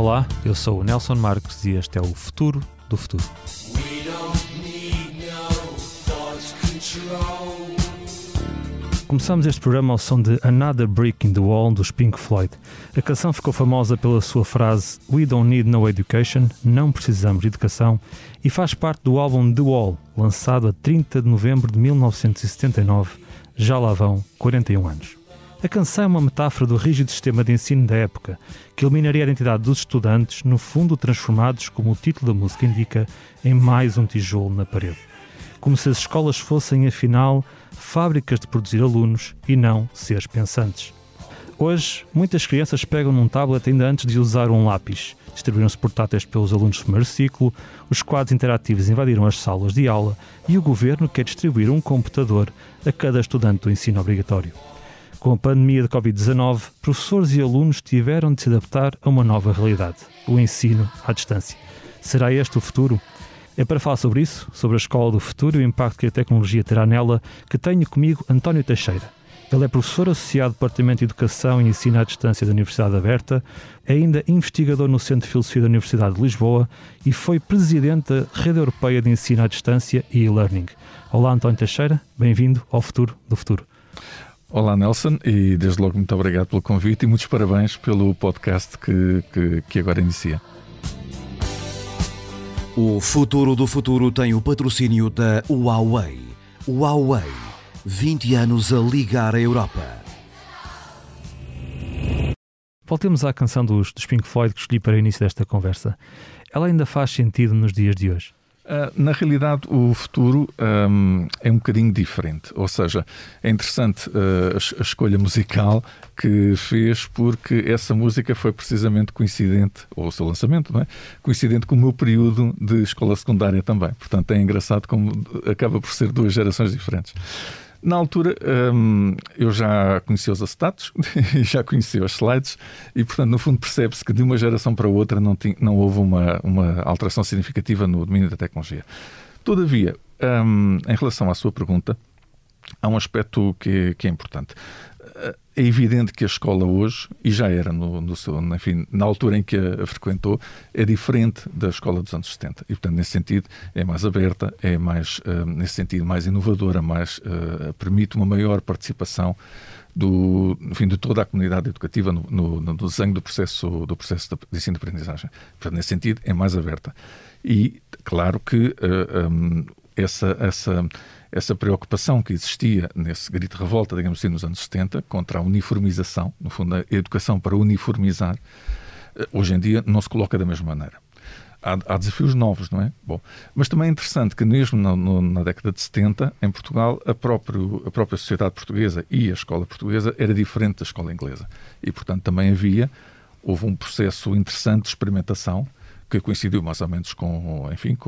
Olá, eu sou o Nelson Marques e este é o Futuro do Futuro. Começamos este programa ao som de Another Brick in the Wall dos Pink Floyd. A canção ficou famosa pela sua frase We don't need no education, não precisamos de educação, e faz parte do álbum The Wall, lançado a 30 de novembro de 1979, já lá vão 41 anos. A canção é uma metáfora do rígido sistema de ensino da época, que eliminaria a identidade dos estudantes, no fundo transformados, como o título da música indica, em mais um tijolo na parede. Como se as escolas fossem, afinal, fábricas de produzir alunos e não seres pensantes. Hoje, muitas crianças pegam num tablet ainda antes de usar um lápis. Distribuíram-se portáteis pelos alunos do primeiro ciclo, os quadros interativos invadiram as salas de aula e o governo quer distribuir um computador a cada estudante do ensino obrigatório. Com a pandemia de Covid-19, professores e alunos tiveram de se adaptar a uma nova realidade, o ensino à distância. Será este o futuro? É para falar sobre isso, sobre a escola do futuro e o impacto que a tecnologia terá nela, que tenho comigo António Teixeira. Ele é professor associado do Departamento de Educação e Ensino à Distância da Universidade Aberta, é ainda investigador no Centro de Filosofia da Universidade de Lisboa e foi presidente da Rede Europeia de Ensino à Distância e e-Learning. Olá, António Teixeira, bem-vindo ao Futuro do Futuro. Olá, Nelson, e desde logo muito obrigado pelo convite e muitos parabéns pelo podcast que agora inicia. O Futuro do Futuro tem o patrocínio da Huawei. Huawei, 20 anos a ligar a Europa. Voltemos à canção dos Pink Floyd que escolhi para o início desta conversa. Ela ainda faz sentido nos dias de hoje? Na realidade, o futuro é um bocadinho diferente. Ou seja, é interessante a escolha musical que fez, porque essa música foi precisamente coincidente, ou o seu lançamento, não é? Coincidente com o meu período de escola secundária também. Portanto, é engraçado como acaba por ser duas gerações diferentes. Na altura, eu já conhecia os acetatos e já conhecia os slides e, portanto, no fundo percebe-se que de uma geração para outra não houve uma alteração significativa no domínio da tecnologia. Todavia, em relação à sua pergunta, há um aspecto que é importante. É evidente que a escola hoje, e já era na altura em que a frequentou, é diferente da escola dos anos 70. E, portanto, nesse sentido, é mais aberta, é mais, nesse sentido, mais inovadora, permite uma maior participação de toda a comunidade educativa no desenho do processo de ensino e aprendizagem. Portanto, nesse sentido, é mais aberta. E, claro que essa preocupação que existia nesse grito de revolta, digamos assim, nos anos 70, contra a uniformização, no fundo, a educação para uniformizar, hoje em dia não se coloca da mesma maneira. Há desafios novos, não é? Bom, mas também é interessante que mesmo na década de 70, em Portugal, a própria sociedade portuguesa e a escola portuguesa era diferente da escola inglesa. E, portanto, também houve um processo interessante de experimentação que coincidiu mais ou menos com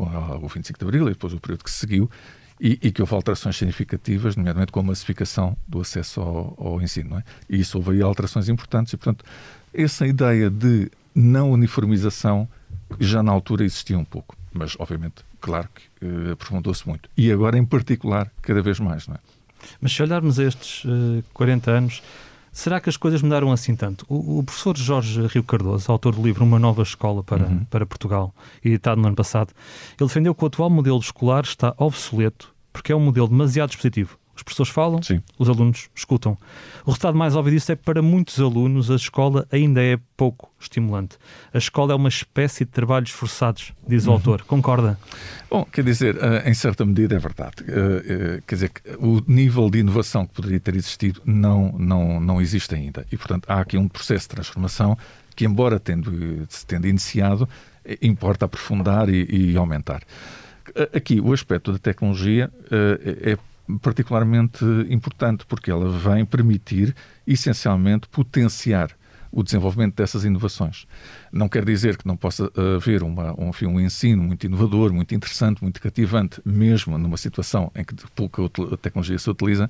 o 25 de Abril e depois o período que se seguiu, e que houve alterações significativas, nomeadamente com a massificação do acesso ao ensino, não é? E isso houve aí alterações importantes e, portanto, essa ideia de não uniformização já na altura existia um pouco, mas, obviamente, claro que aprofundou-se muito. E agora, em particular, cada vez mais, não é? Mas se olharmos a estes 40 anos, será que as coisas mudaram assim tanto? O professor Jorge Rio Cardoso, autor do livro Uma Nova Escola para Portugal, editado no ano passado, ele defendeu que o atual modelo escolar está obsoleto porque é um modelo demasiado expositivo. Os professores falam, sim, os alunos escutam. O resultado mais óbvio disso é que para muitos alunos a escola ainda é pouco estimulante. A escola é uma espécie de trabalhos forçados, diz o autor. Concorda? Bom, quer dizer, em certa medida é verdade. Quer dizer, o nível de inovação que poderia ter existido não existe ainda. E, portanto, há aqui um processo de transformação que, embora se tendo iniciado, importa aprofundar e aumentar. Aqui, o aspecto da tecnologia é particularmente importante, porque ela vem permitir, essencialmente, potenciar o desenvolvimento dessas inovações. Não quer dizer que não possa haver um ensino muito inovador, muito interessante, muito cativante, mesmo numa situação em que pouca tecnologia se utiliza,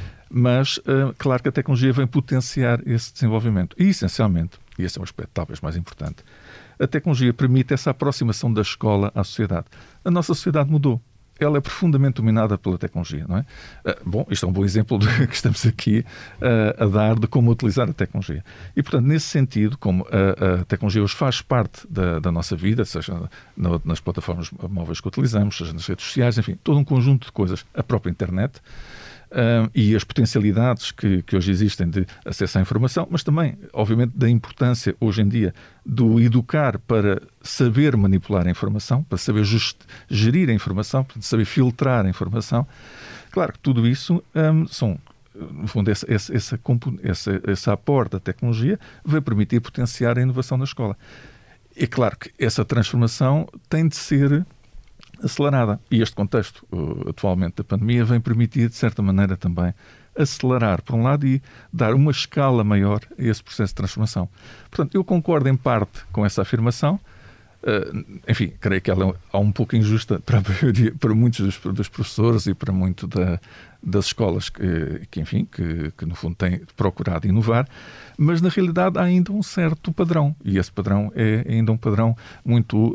mas claro que a tecnologia vem potenciar esse desenvolvimento. E, essencialmente, e esse é o aspecto talvez mais importante, a tecnologia permite essa aproximação da escola à sociedade. A nossa sociedade mudou. ela é profundamente dominada pela tecnologia, não é? Bom, isto é um bom exemplo do que estamos aqui a dar de como utilizar a tecnologia. E, portanto, nesse sentido, como a tecnologia hoje faz parte da nossa vida, seja nas plataformas móveis que utilizamos, seja nas redes sociais, enfim, todo um conjunto de coisas, a própria internet, e as potencialidades que hoje existem de acesso à informação, mas também, obviamente, da importância hoje em dia do educar para saber manipular a informação, para saber gerir a informação, para saber filtrar a informação. Claro que tudo isso são, no fundo, esse aporte da tecnologia vai permitir potenciar a inovação na escola. É claro que essa transformação tem de ser acelerada. E este contexto, atualmente, da pandemia, vem permitir, de certa maneira, também acelerar, por um lado, e dar uma escala maior a esse processo de transformação. Portanto, eu concordo em parte com essa afirmação. Enfim, creio que ela é um pouco injusta para muitos dos professores e para muito das escolas que no fundo têm procurado inovar, mas na realidade há ainda um certo padrão, e esse padrão é ainda um padrão muito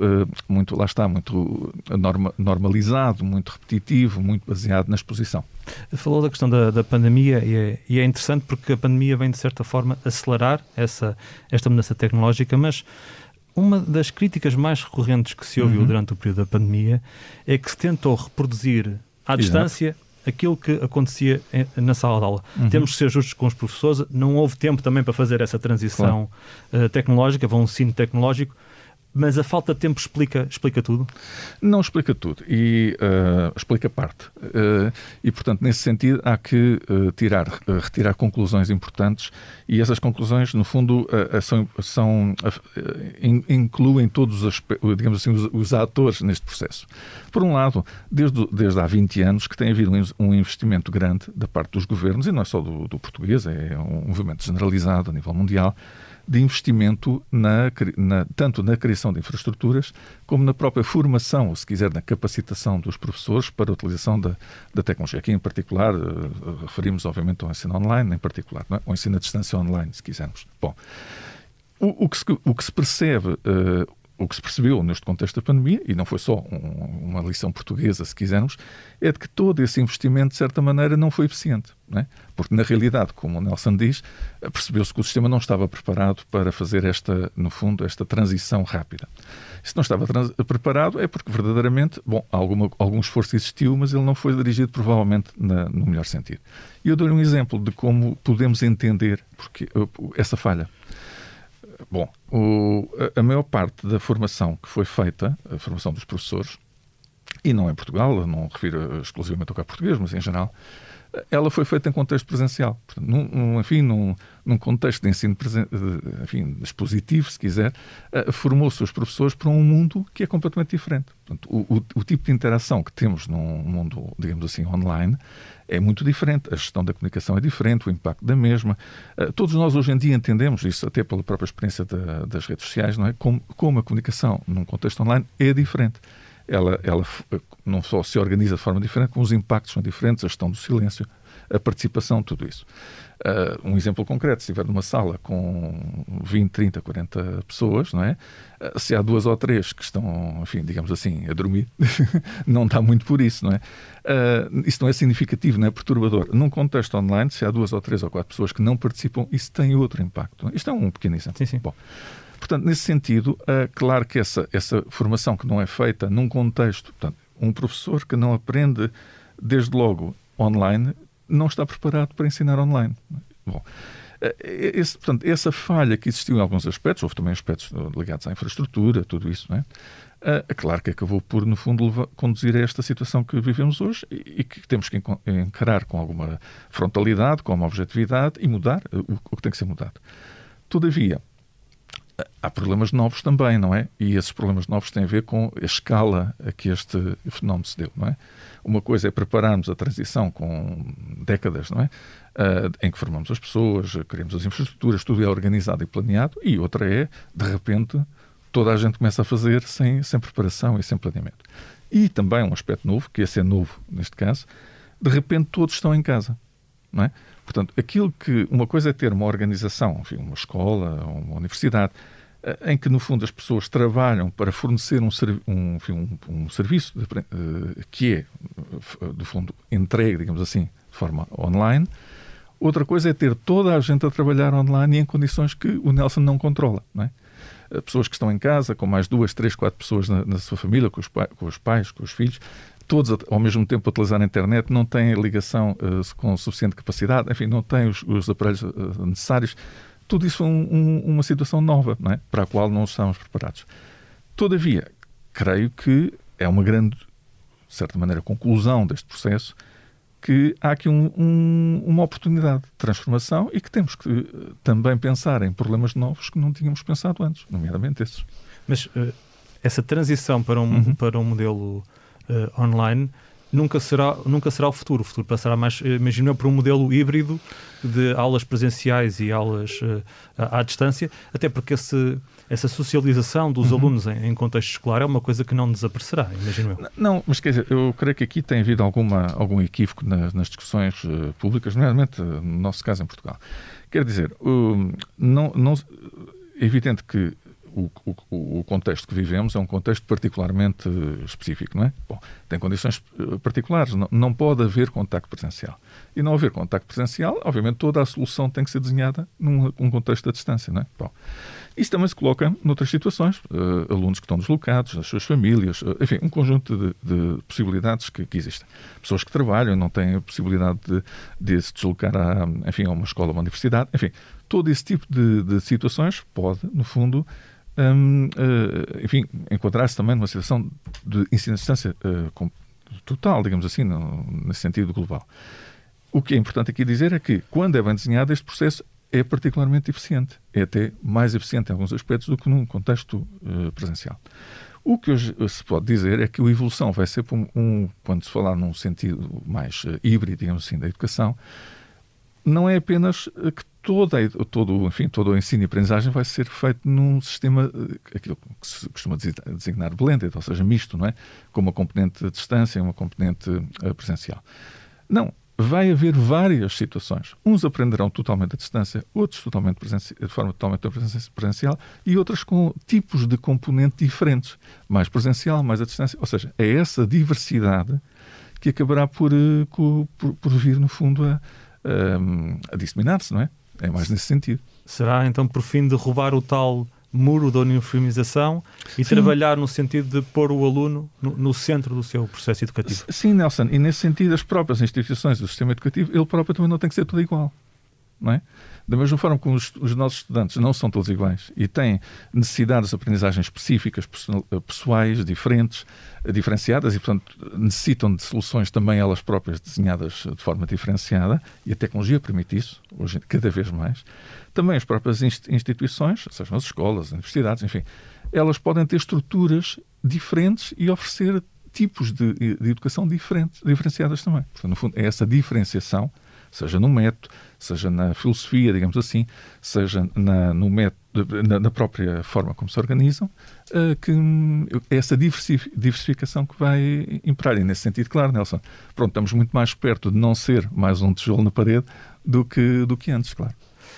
normalizado, muito repetitivo, muito baseado na exposição. Falou da questão da pandemia e é interessante porque a pandemia vem de certa forma acelerar esta mudança tecnológica, mas uma das críticas mais recorrentes que se ouviu durante o período da pandemia é que se tentou reproduzir à distância aquilo que acontecia na sala de aula. Temos que ser justos com os professores, não houve tempo também para fazer essa transição tecnológica, para um ensino tecnológico, mas a falta de tempo explica tudo? Não explica tudo, e explica parte. E, portanto, nesse sentido, há que retirar conclusões importantes, e essas conclusões, no fundo, incluem todos os atores neste processo. Por um lado, desde há 20 anos que tem havido um investimento grande da parte dos governos, e não é só do português, é um movimento generalizado a nível mundial, de investimento tanto na criação de infraestruturas como na própria formação, ou se quiser, na capacitação dos professores para a utilização da tecnologia. Aqui, em particular, referimos, obviamente, ao ensino online, em particular, não é? Ao ensino à distância online, se quisermos. Bom, o que se percebe... O que se percebeu neste contexto da pandemia, e não foi só uma lição portuguesa, se quisermos, é de que todo esse investimento, de certa maneira, não foi eficiente. Não é? Porque, na realidade, como o Nelson diz, percebeu-se que o sistema não estava preparado para fazer esta transição rápida. Se não estava preparado é porque, verdadeiramente, algum esforço existiu, mas ele não foi dirigido, provavelmente, no melhor sentido. E eu dou-lhe um exemplo de como podemos entender essa falha. Bom, a maior parte da formação que foi feita, a formação dos professores, e não em Portugal, não refiro exclusivamente ao caso português, mas em geral, ela foi feita em contexto presencial. Portanto, num contexto de ensino expositivo, se quiser, formou-se os professores para um mundo que é completamente diferente. Portanto, o tipo de interação que temos num mundo, digamos assim, online, é muito diferente. A gestão da comunicação é diferente, o impacto da mesma. Todos nós hoje em dia entendemos isso, até pela própria experiência das redes sociais, não é? Como a comunicação num contexto online é diferente. Ela não só se organiza de forma diferente, como os impactos são diferentes, a gestão do silêncio, a participação, tudo isso. Um exemplo concreto, se estiver numa sala com 20, 30, 40 pessoas, não é? Se há 2 ou 3 que estão, enfim, digamos assim, a dormir, não dá muito por isso, não é? Isso não é significativo, não é perturbador. Num contexto online, se há 2 ou 3 ou 4 pessoas que não participam, isso tem outro impacto. Isto é um pequeno exemplo. Sim. Bom, portanto, nesse sentido, claro que essa formação que não é feita num contexto, portanto, um professor que não aprende desde logo online não está preparado para ensinar online. Bom, portanto, essa falha que existiu em alguns aspectos, houve também aspectos ligados à infraestrutura, tudo isso, não é? Claro que acabou por, no fundo, conduzir a esta situação que vivemos hoje e que temos que encarar com alguma frontalidade, com uma objetividade e mudar o que tem que ser mudado. Todavia, há problemas novos também, não é? E esses problemas novos têm a ver com a escala a que este fenómeno se deu, não é? Uma coisa é prepararmos a transição com décadas, não é? Em que formamos as pessoas, criamos as infraestruturas, tudo é organizado e planeado, e outra é, de repente, toda a gente começa a fazer sem preparação e sem planeamento. E também um aspecto novo, que esse é novo neste caso, de repente todos estão em casa, não é? Portanto, uma coisa é ter uma organização, enfim, uma escola, uma universidade, em que, no fundo, as pessoas trabalham para fornecer um serviço que é, do fundo, entregue, digamos assim, de forma online. Outra coisa é ter toda a gente a trabalhar online e em condições que o Nelson não controla, não é? Pessoas que estão em casa, com mais 2, 3, 4 pessoas na sua família, com os pais, com os filhos, todos ao mesmo tempo a utilizar a internet, não têm ligação com suficiente capacidade, enfim, não têm os aparelhos necessários. Tudo isso é uma situação nova, não é? Para a qual não estamos preparados. Todavia, creio que é uma grande, de certa maneira, conclusão deste processo, que há aqui uma oportunidade de transformação e que temos que também pensar em problemas novos que não tínhamos pensado antes, nomeadamente esses. Mas essa transição para um modelo online nunca será o futuro. O futuro passará mais, imagino eu, por um modelo híbrido de aulas presenciais e aulas à distância, até porque essa socialização dos alunos em contexto escolar é uma coisa que não desaparecerá, imagino eu. Não, mas quer dizer, eu creio que aqui tem havido algum equívoco nas discussões públicas, nomeadamente no nosso caso em Portugal. Quer dizer, é evidente que o contexto que vivemos é um contexto particularmente específico, não é? Bom, tem condições particulares, não pode haver contacto presencial. E não haver contacto presencial, obviamente toda a solução tem que ser desenhada num contexto da distância, não é? Bom, isso também se coloca noutras situações, alunos que estão deslocados, as suas famílias, enfim, um conjunto de possibilidades que existem. Pessoas que trabalham, não têm a possibilidade de se deslocar a uma escola ou uma universidade, enfim, todo esse tipo de situações pode, no fundo, enquadrar-se também numa situação de ensino à distância total, digamos assim, nesse sentido global. O que é importante aqui dizer é que, quando é bem desenhado, este processo é particularmente eficiente. É até mais eficiente em alguns aspectos do que num contexto presencial. O que hoje se pode dizer é que a evolução vai ser, quando se falar num sentido mais híbrido, digamos assim, da educação, não é apenas que todo o ensino e aprendizagem vai ser feito num sistema, aquilo que se costuma designar blended, ou seja, misto, não é? Com uma componente de distância e uma componente presencial. Não, vai haver várias situações. Uns aprenderão totalmente à distância, outros de forma totalmente presencial e outras com tipos de componente diferentes, mais presencial, mais à distância. Ou seja, é essa diversidade que acabará por vir, no fundo, a disseminar-se, não é? É mais nesse sentido. Será, então, por fim, de roubar o tal muro da uniformização e trabalhar no sentido de pôr o aluno no centro do seu processo educativo? Sim, Nelson. E, nesse sentido, as próprias instituições do sistema educativo, ele próprio também não tem que ser tudo igual, não é? Da mesma forma como os nossos estudantes não são todos iguais e têm necessidades de aprendizagem específicas, pessoais, diferenciadas e, portanto, necessitam de soluções também elas próprias desenhadas de forma diferenciada, e a tecnologia permite isso, hoje cada vez mais. Também as próprias instituições, sejam as escolas, as universidades, enfim, elas podem ter estruturas diferentes e oferecer tipos de educação diferenciadas também. Portanto, no fundo, é essa diferenciação, seja no método, seja na filosofia, digamos assim, seja na própria forma como se organizam, que é essa diversificação que vai imperar. E nesse sentido, claro, Nelson, pronto, estamos muito mais perto de não ser mais um tijolo na parede do que antes, claro.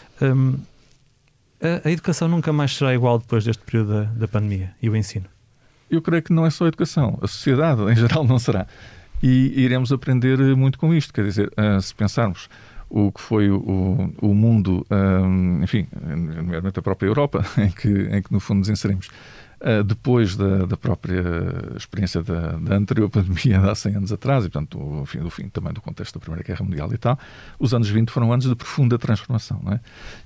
A educação nunca mais será igual depois deste período da pandemia e o ensino? Eu creio que não é só a educação, a sociedade em geral não será. E iremos aprender muito com isto. Quer dizer, se pensarmos o que foi o mundo, enfim, nomeadamente a própria Europa, em que no fundo nos inserimos, depois da própria experiência da anterior pandemia de há 100 anos atrás, e portanto o fim também do contexto da Primeira Guerra Mundial e tal, os anos 20 foram anos de profunda transformação, não é?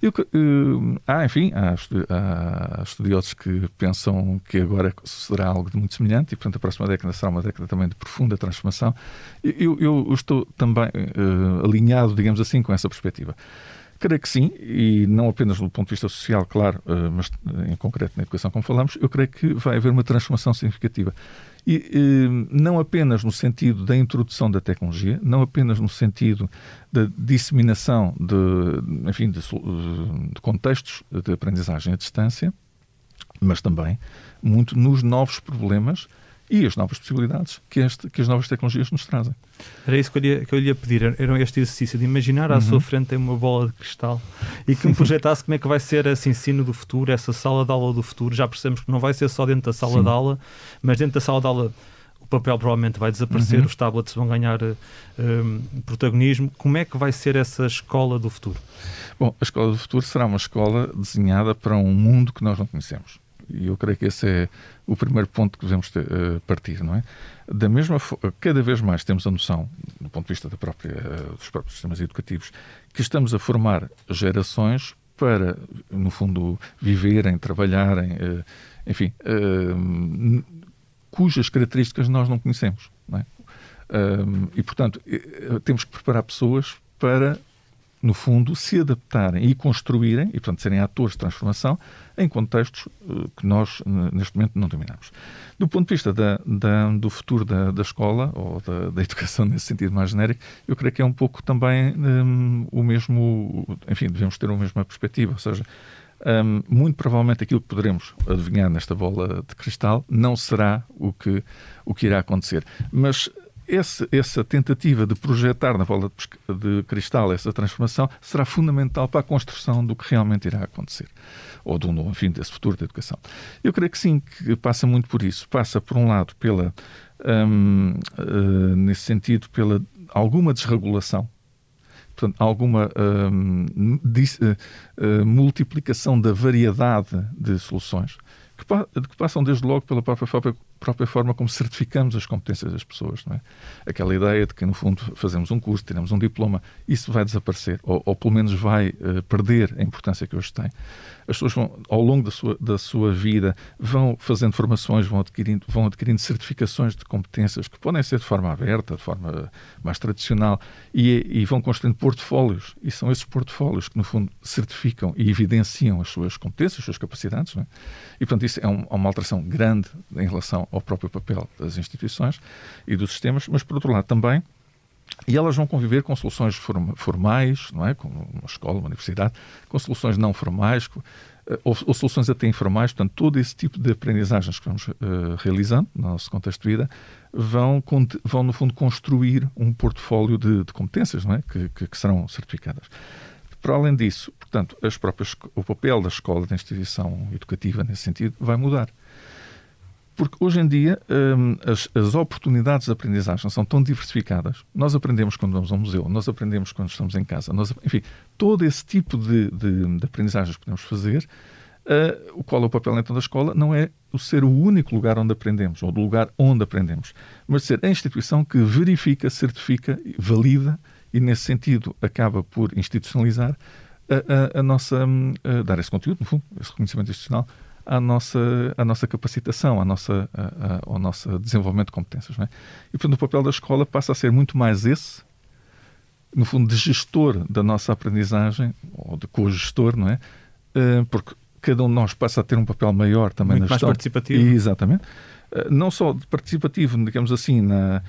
Há estudiosos que pensam que agora será algo de muito semelhante e, portanto, a próxima década será uma década também de profunda transformação. Eu estou também alinhado, digamos assim, com essa perspectiva. Creio que sim, e não apenas do ponto de vista social, claro, mas em concreto na educação, como falamos, eu creio que vai haver uma transformação significativa. E não apenas no sentido da introdução da tecnologia, não apenas no sentido da disseminação de contextos de aprendizagem à distância, mas também muito nos novos problemas e as novas possibilidades que as novas tecnologias nos trazem. Era isso que eu lhe ia pedir, era este exercício de imaginar à sua frente tem uma bola de cristal e que me projetasse como é que vai ser esse ensino do futuro, essa sala de aula do futuro. Já percebemos que não vai ser só dentro da sala de aula, mas dentro da sala de aula o papel provavelmente vai desaparecer, os tablets vão ganhar protagonismo. Como é que vai ser essa escola do futuro? Bom, a escola do futuro será uma escola desenhada para um mundo que nós não conhecemos. E eu creio que esse é o primeiro ponto que devemos partir, não é? Da mesma forma, cada vez mais temos a noção, do ponto de vista dos próprios sistemas educativos, que estamos a formar gerações para, no fundo, viverem, trabalharem, enfim, cujas características nós não conhecemos, não é? E, portanto, temos que preparar pessoas para, no fundo, se adaptarem e construírem, e, portanto, serem atores de transformação em contextos que nós, neste momento, não dominamos. Do ponto de vista do futuro da escola, ou da educação nesse sentido mais genérico, eu creio que é um pouco também o mesmo, enfim, devemos ter a mesma perspectiva, ou seja, muito provavelmente aquilo que poderemos adivinhar nesta bola de cristal não será o que irá acontecer. Mas essa tentativa de projetar na bola de cristal essa transformação será fundamental para a construção do que realmente irá acontecer. Ou enfim, desse futuro da educação. Eu creio que sim, que passa muito por isso. Passa, por um lado, nesse sentido, pela alguma desregulação, portanto, alguma multiplicação da variedade de soluções que passam desde logo pela própria forma como certificamos as competências das pessoas, não é? Aquela ideia de que, no fundo, fazemos um curso, tiramos um diploma, isso vai desaparecer, ou pelo menos vai perder a importância que hoje tem. As pessoas vão, ao longo da sua vida, vão fazendo formações, vão adquirindo certificações de competências que podem ser de forma aberta, de forma mais tradicional, e vão construindo portfólios, e são esses portfólios que, no fundo, certificam e evidenciam as suas competências, as suas capacidades, não é? E, portanto, isso é uma alteração grande em relação ao próprio papel das instituições e dos sistemas, mas, por outro lado, também, e elas vão conviver com soluções formais, não é? Como uma escola, uma universidade, com soluções não formais, ou soluções até informais. Portanto, todo esse tipo de aprendizagens que vamos realizando no nosso contexto de vida vão, no fundo, construir um portfólio de competências, não é? Que serão certificadas. Para além disso, portanto, o papel da escola, da instituição educativa, nesse sentido, vai mudar. Porque hoje em dia as oportunidades de aprendizagem são tão diversificadas. Nós aprendemos quando vamos ao museu, nós aprendemos quando estamos em casa, enfim, todo esse tipo de aprendizagens que podemos fazer, o qual é o papel então da escola, não é o ser o único lugar onde aprendemos, ou do lugar onde aprendemos, mas ser a instituição que verifica, certifica, valida e, nesse sentido, acaba por institucionalizar dar esse conteúdo, no fundo, esse reconhecimento institucional, à nossa capacitação, ao nosso desenvolvimento de competências, não é? E, portanto, o papel da escola passa a ser muito mais esse, no fundo, de gestor da nossa aprendizagem, ou de co-gestor, não é? Porque cada um de nós passa a ter um papel maior também muito na gestão. Mais participativo. Exatamente. Não só participativo, digamos assim, na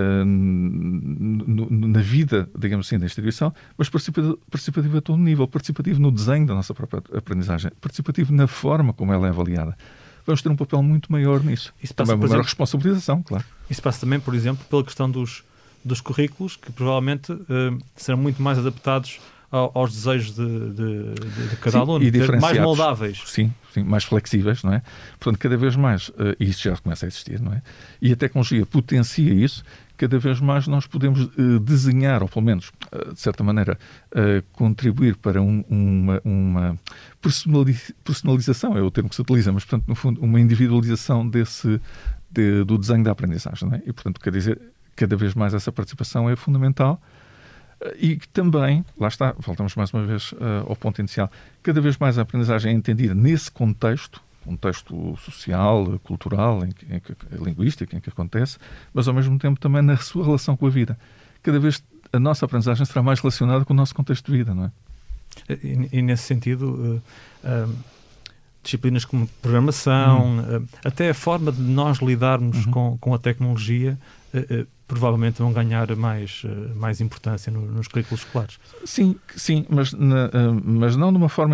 vida, digamos assim, da instituição, mas participativo a todo nível, participativo no desenho da nossa própria aprendizagem, participativo na forma como ela é avaliada. Vamos ter um papel muito maior nisso. Isso passa, também uma maior responsabilização, claro. Isso passa também, por exemplo, pela questão dos currículos, que provavelmente serão muito mais adaptados aos desejos de cada aluno, mais moldáveis. Sim, mais flexíveis, não é? Portanto, cada vez mais, e isso já começa a existir, não é? E a tecnologia potencia isso, cada vez mais nós podemos desenhar, ou pelo menos, de certa maneira, contribuir para uma personalização, é o termo que se utiliza, mas, portanto, no fundo, uma individualização do desenho da aprendizagem, não é? E, portanto, quer dizer, cada vez mais essa participação é fundamental. E que também, lá está, voltamos mais uma vez ao ponto inicial, cada vez mais a aprendizagem é entendida nesse contexto social, cultural, linguístico, em que acontece, mas ao mesmo tempo também na sua relação com a vida. Cada vez a nossa aprendizagem será mais relacionada com o nosso contexto de vida, não é? E nesse sentido, disciplinas como programação, até a forma de nós lidarmos com a tecnologia, provavelmente vão ganhar mais importância nos currículos escolares. Sim, mas não de uma forma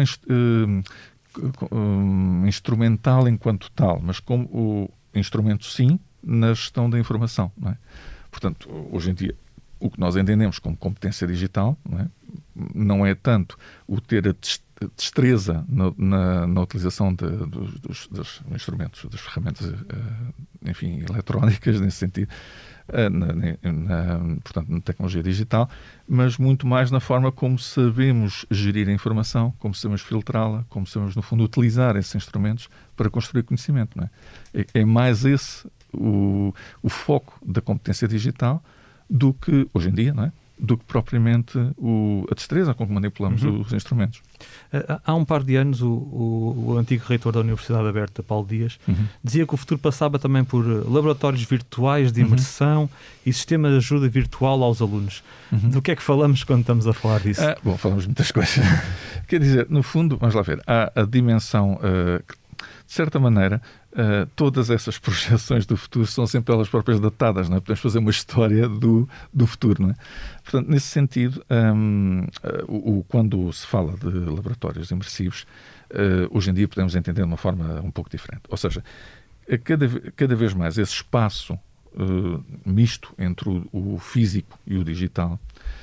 instrumental enquanto tal, mas como o instrumento, sim, na gestão da informação, não é? Portanto, hoje em dia, o que nós entendemos como competência digital não é tanto o ter a destreza na utilização dos instrumentos, das ferramentas, enfim, eletrónicas, nesse sentido, portanto, na tecnologia digital, mas muito mais na forma como sabemos gerir a informação, como sabemos filtrá-la, como sabemos, no fundo, utilizar esses instrumentos para construir conhecimento, não é? É mais esse o foco da competência digital do que, hoje em dia, não é? Do que propriamente a destreza com que manipulamos os instrumentos. Há um par de anos, o antigo reitor da Universidade Aberta, Paulo Dias, dizia que o futuro passava também por laboratórios virtuais de imersão e sistemas de ajuda virtual aos alunos. Do que é que falamos quando estamos a falar disso? Bom, falamos de muitas coisas. Quer dizer, no fundo, vamos lá ver, há a dimensão, de certa maneira, todas essas projeções do futuro são sempre elas próprias datadas, não é? Podemos fazer uma história do futuro, não é? Portanto, nesse sentido, quando se fala de laboratórios imersivos, hoje em dia podemos entender de uma forma um pouco diferente. Ou seja, cada vez mais esse espaço misto entre o físico e o digital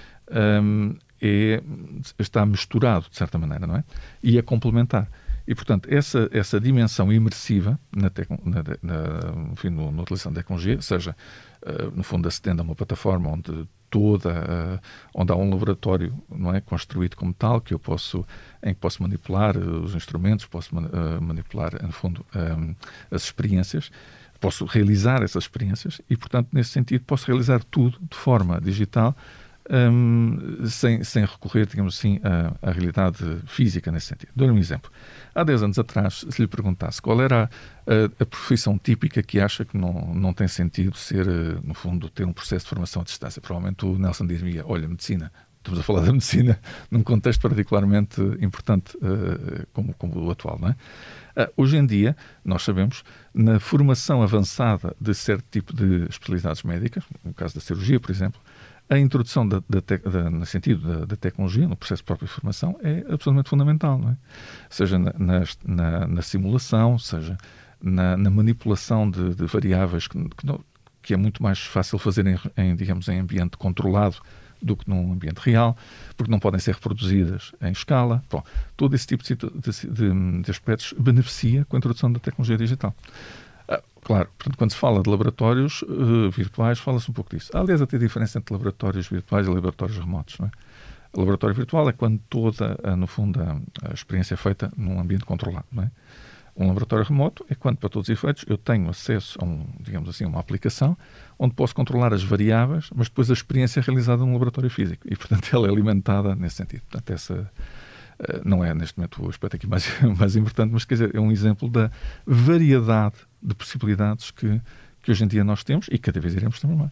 está misturado, de certa maneira, não é? E é complementar. E, portanto, essa dimensão imersiva na utilização da tecnologia, seja, no fundo, acedendo a uma plataforma onde há um laboratório, não é, construído como tal, em que posso manipular os instrumentos, posso manipular, no fundo, as experiências, posso realizar essas experiências e, portanto, nesse sentido, posso realizar tudo de forma digital, sem recorrer, digamos assim, à realidade física nesse sentido. Dou-lhe um exemplo. Há 10 anos atrás, se lhe perguntasse qual era a profissão típica que acha que não tem sentido ser, no fundo, ter um processo de formação à distância, provavelmente o Nelson diria, olha, medicina. Estamos a falar da medicina num contexto particularmente importante como o atual, não é? Hoje em dia, nós sabemos, na formação avançada de certo tipo de especialidades médicas, no caso da cirurgia, por exemplo, a introdução no sentido da tecnologia, no processo de própria formação, é absolutamente fundamental, não é? Seja na simulação, seja na manipulação de variáveis que é muito mais fácil fazer digamos, em ambiente controlado do que num ambiente real, porque não podem ser reproduzidas em escala. Bom, todo esse tipo de aspectos beneficia com a introdução da tecnologia digital. Claro, portanto, quando se fala de laboratórios virtuais, fala-se um pouco disso. Há, aliás, até diferença entre laboratórios virtuais e laboratórios remotos, não é? O laboratório virtual é quando toda, no fundo, a experiência é feita num ambiente controlado, não é? Um laboratório remoto é quando, para todos os efeitos, eu tenho acesso a digamos assim, uma aplicação onde posso controlar as variáveis, mas depois a experiência é realizada num laboratório físico e, portanto, ela é alimentada nesse sentido. Portanto, essa não é, neste momento, o aspecto aqui mais importante, mas, quer dizer, é um exemplo da variedade de possibilidades que hoje em dia nós temos e cada vez iremos ter mais.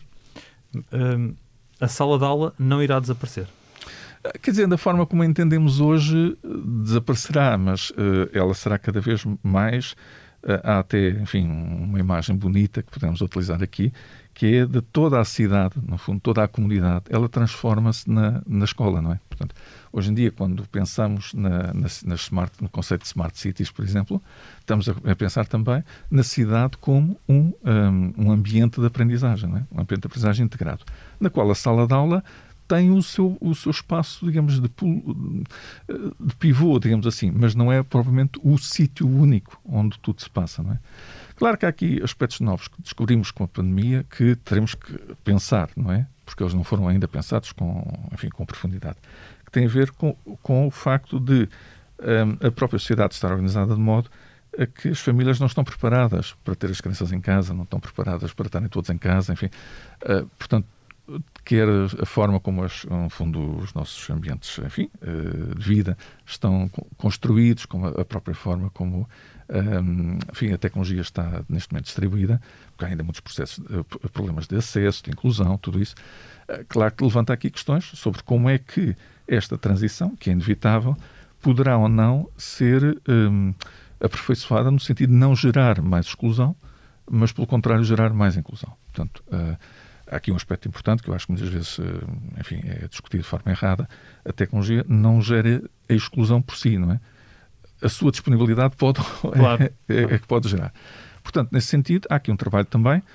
A sala de aula não irá desaparecer? Quer dizer, da forma como a entendemos hoje, desaparecerá, mas ela será cada vez mais. Há até, enfim, uma imagem bonita que podemos utilizar aqui, que é de toda a cidade, no fundo, toda a comunidade, ela transforma-se na escola, não é? Portanto, hoje em dia, quando pensamos no conceito de Smart Cities, por exemplo, estamos a pensar também na cidade como um ambiente de aprendizagem, não é? Um ambiente de aprendizagem integrado, na qual a sala de aula tem o seu espaço, digamos, de pivô, digamos assim, mas não é propriamente o sítio único onde tudo se passa, não é? Claro que há aqui aspectos novos que descobrimos com a pandemia que teremos que pensar, não é? Porque eles não foram ainda pensados com profundidade. Que tem a ver com o facto de a própria sociedade estar organizada de modo a que as famílias não estão preparadas para ter as crianças em casa, não estão preparadas para estarem todos em casa, enfim. Portanto, quer a forma como, no fundo, os nossos ambientes, enfim, de vida estão construídos, como a própria forma como, enfim, a tecnologia está neste momento distribuída, porque há ainda muitos problemas de acesso, de inclusão, tudo isso. Claro que levanta aqui questões sobre como é que esta transição, que é inevitável, poderá ou não ser aperfeiçoada no sentido de não gerar mais exclusão, mas, pelo contrário, gerar mais inclusão. Portanto, há aqui um aspecto importante que eu acho que muitas vezes, enfim, é discutido de forma errada. A tecnologia não gera a exclusão por si, não é? A sua disponibilidade pode, claro. é que pode gerar. Portanto, nesse sentido, há aqui um trabalho também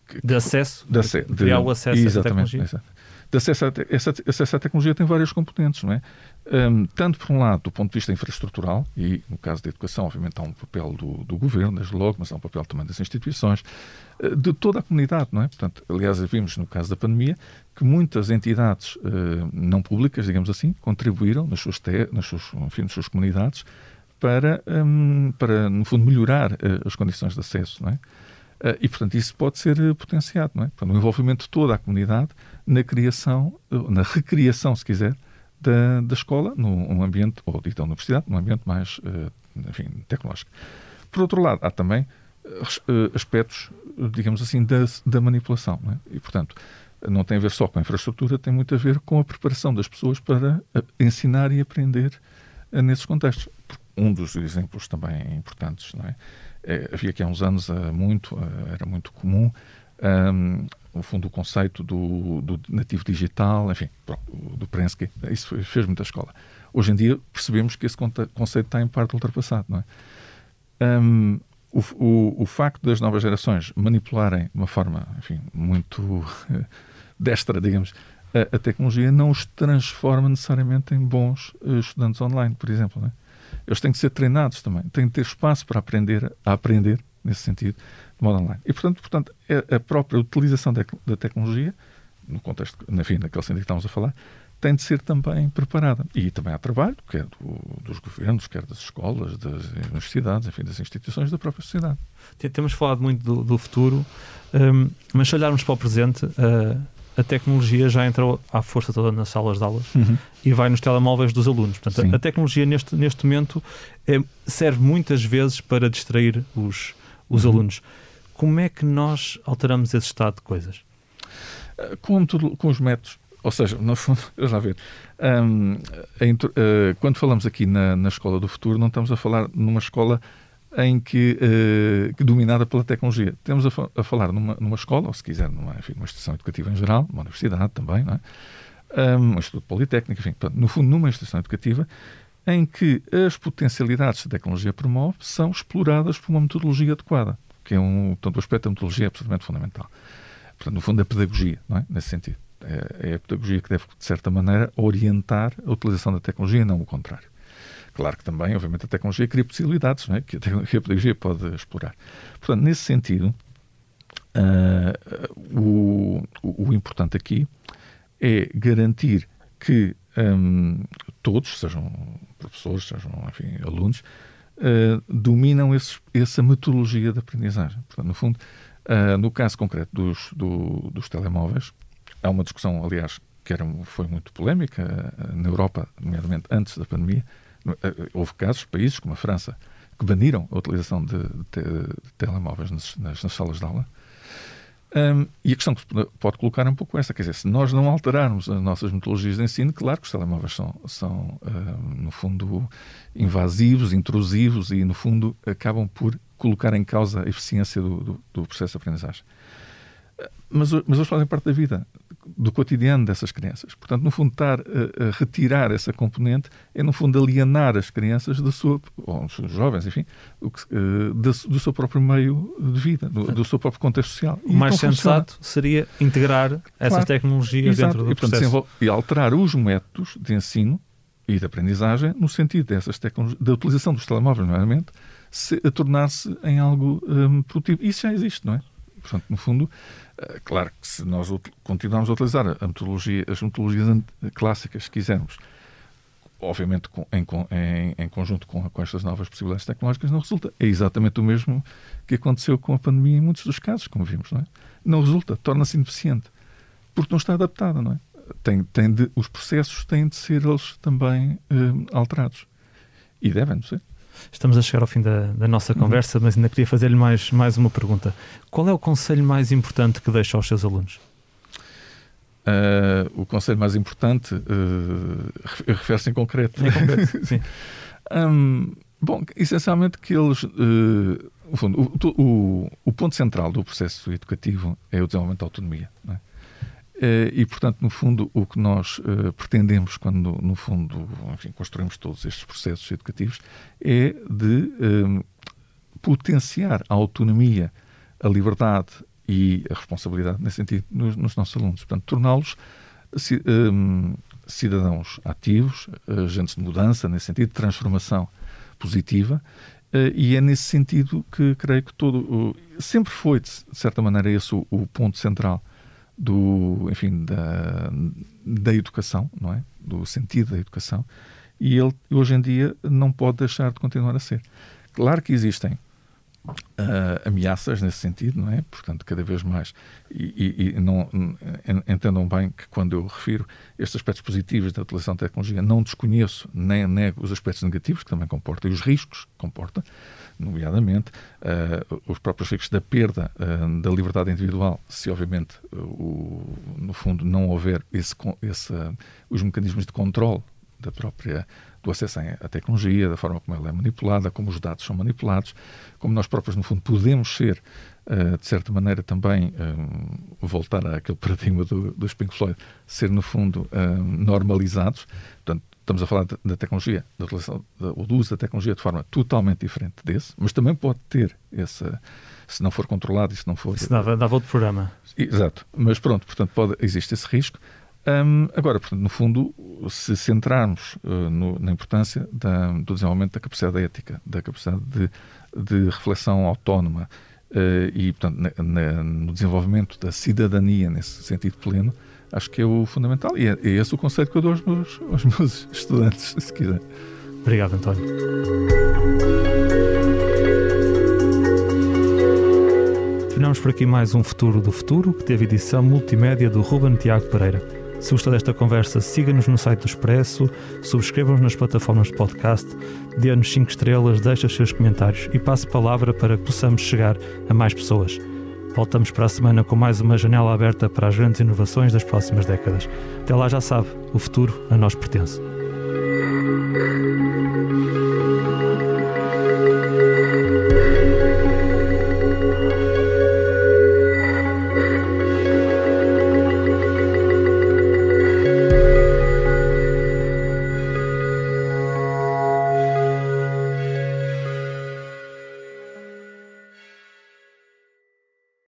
de acesso, de ao acesso a essa tecnologia. Exatamente. De acesso à tecnologia tem várias componentes, não é? Tanto por um lado do ponto de vista infraestrutural, e no caso da educação obviamente há um papel do governo, desde logo, mas há um papel também das instituições, de toda a comunidade, não é? Portanto, aliás, vimos no caso da pandemia que muitas entidades não públicas, digamos assim, contribuíram nas suas comunidades para, no fundo, melhorar as condições de acesso, não é? E, portanto, isso pode ser potenciado, não é? Portanto, o envolvimento de toda a comunidade na criação, na recriação, se quiser, da escola num ambiente, ou da universidade, num ambiente mais, tecnológico. Por outro lado, há também aspectos, digamos assim, da manipulação, não é? E, portanto, não tem a ver só com a infraestrutura, tem muito a ver com a preparação das pessoas para ensinar e aprender nesses contextos. Um dos exemplos também importantes, não é? Havia aqui há uns anos era muito comum no fundo o conceito do nativo digital, enfim, do Prensky, isso fez muita escola. Hoje em dia percebemos que esse conceito está em parte ultrapassado, não é? O facto das novas gerações manipularem de uma forma, enfim, muito destra, digamos, a tecnologia não os transforma necessariamente em bons estudantes online, por exemplo, não é? Eles têm que ser treinados também, têm que ter espaço para aprender nesse sentido, de modo online. E, portanto a própria utilização da tecnologia, no contexto, enfim, naquele sentido que estamos a falar, tem de ser também preparada. E também há trabalho, quer dos governos, quer das escolas, das universidades, enfim, das instituições da própria sociedade. Temos falado muito do futuro, mas se olharmos para o presente, a tecnologia já entrou à força toda nas salas de aulas e vai nos telemóveis dos alunos. Portanto, a tecnologia neste momento serve muitas vezes para distrair os alunos. Como é que nós alteramos esse estado de coisas? Com os métodos. Ou seja, no fundo, vamos lá ver, quando falamos aqui na escola do futuro, não estamos a falar numa escola em que dominada pela tecnologia. Estamos a falar numa escola, ou se quiser, numa instituição educativa em geral, uma universidade também, não é? Um instituto politécnico, enfim, no fundo, numa instituição educativa em que as potencialidades que a tecnologia promove são exploradas por uma metodologia adequada, que é portanto, o aspecto da metodologia é absolutamente fundamental. Portanto, no fundo, a pedagogia, não é? Nesse sentido. É a pedagogia que deve, de certa maneira, orientar a utilização da tecnologia, não o contrário. Claro que também, obviamente, a tecnologia cria possibilidades, não é? que a pedagogia pode explorar. Portanto, nesse sentido, o importante aqui é garantir que todos, sejam professores, sejam, enfim, alunos, dominam essa metodologia de aprendizagem. Portanto, no fundo, no caso concreto dos telemóveis, há uma discussão, aliás, que foi muito polémica na Europa, nomeadamente antes da pandemia. Houve casos, países como a França, que baniram a utilização de telemóveis nas salas de aula. E a questão que se pode colocar é um pouco essa, quer dizer, se nós não alterarmos as nossas metodologias de ensino, claro que os telemóveis são no fundo, invasivos, intrusivos e, no fundo, acabam por colocar em causa a eficiência do processo de aprendizagem. Mas eles fazem parte da vida, do cotidiano dessas crianças. Portanto, no fundo, estar a retirar essa componente é, no fundo, alienar as crianças ou os jovens, enfim, do seu próprio meio de vida, do seu próprio contexto social. O mais sensato seria integrar essas tecnologias dentro do processo. E alterar os métodos de ensino e de aprendizagem no sentido dessas tecnologias, da utilização dos telemóveis, nomeadamente, a tornar-se em algo produtivo. Isso já existe, não é? Portanto, no fundo, claro que se nós continuarmos a utilizar as metodologias clássicas, se quisermos, obviamente em conjunto com estas novas possibilidades tecnológicas, não resulta. É exatamente o mesmo que aconteceu com a pandemia em muitos dos casos, como vimos, não é? Não resulta, torna-se ineficiente, porque não está adaptada, não é? Os processos têm de ser eles também alterados. E devem ser. Estamos a chegar ao fim da nossa conversa, mas ainda queria fazer-lhe mais uma pergunta. Qual é o conselho mais importante que deixa aos seus alunos? O conselho mais importante refere-se em concreto. Em concreto, sim. Bom, essencialmente que eles... no fundo, o ponto central do processo educativo é o desenvolvimento da autonomia, não é? E, portanto, no fundo, o que nós pretendemos quando, no fundo, enfim, construímos todos estes processos educativos é de potenciar a autonomia, a liberdade e a responsabilidade nesse sentido nos nossos alunos. Portanto, torná-los cidadãos ativos, agentes de mudança, nesse sentido, de transformação positiva, e é nesse sentido que creio que sempre foi, de certa maneira, esse o ponto central da educação, não é? Do sentido da educação, e ele hoje em dia não pode deixar de continuar a ser. Claro que existem ameaças nesse sentido, não é? Portanto, cada vez mais, e não entendam bem que quando eu refiro estes aspectos positivos da utilização da tecnologia, não desconheço nem nego os aspectos negativos que também comporta e os riscos que comporta, nomeadamente os próprios riscos da perda da liberdade individual, se obviamente no fundo não houver os mecanismos de controle do acesso à tecnologia, da forma como ela é manipulada, como os dados são manipulados, como nós próprios, no fundo, podemos ser, de certa maneira, também voltar àquele paradigma do Pink Floyd, ser, no fundo, normalizados. Portanto, estamos a falar da tecnologia, da utilização, do uso da tecnologia de forma totalmente diferente desse, mas também pode ter se não for controlado e se não for... Isso dava outro programa. Exato. Mas pronto, portanto, existe esse risco. Agora, portanto, no fundo, se centrarmos na importância do desenvolvimento da capacidade ética, da capacidade de reflexão autónoma e, portanto, no desenvolvimento da cidadania nesse sentido pleno, acho que é o fundamental. E é esse o conceito que eu dou aos meus estudantes, se quiser. Obrigado, António. Terminamos por aqui mais um Futuro do Futuro, que teve edição multimédia do Ruben Tiago Pereira. Se gostou desta conversa, siga-nos no site do Expresso, subscreva-nos nas plataformas de podcast, dê-nos 5 estrelas, deixe os seus comentários e passe palavra para que possamos chegar a mais pessoas. Voltamos para a semana com mais uma janela aberta para as grandes inovações das próximas décadas. Até lá, já sabe, o futuro a nós pertence.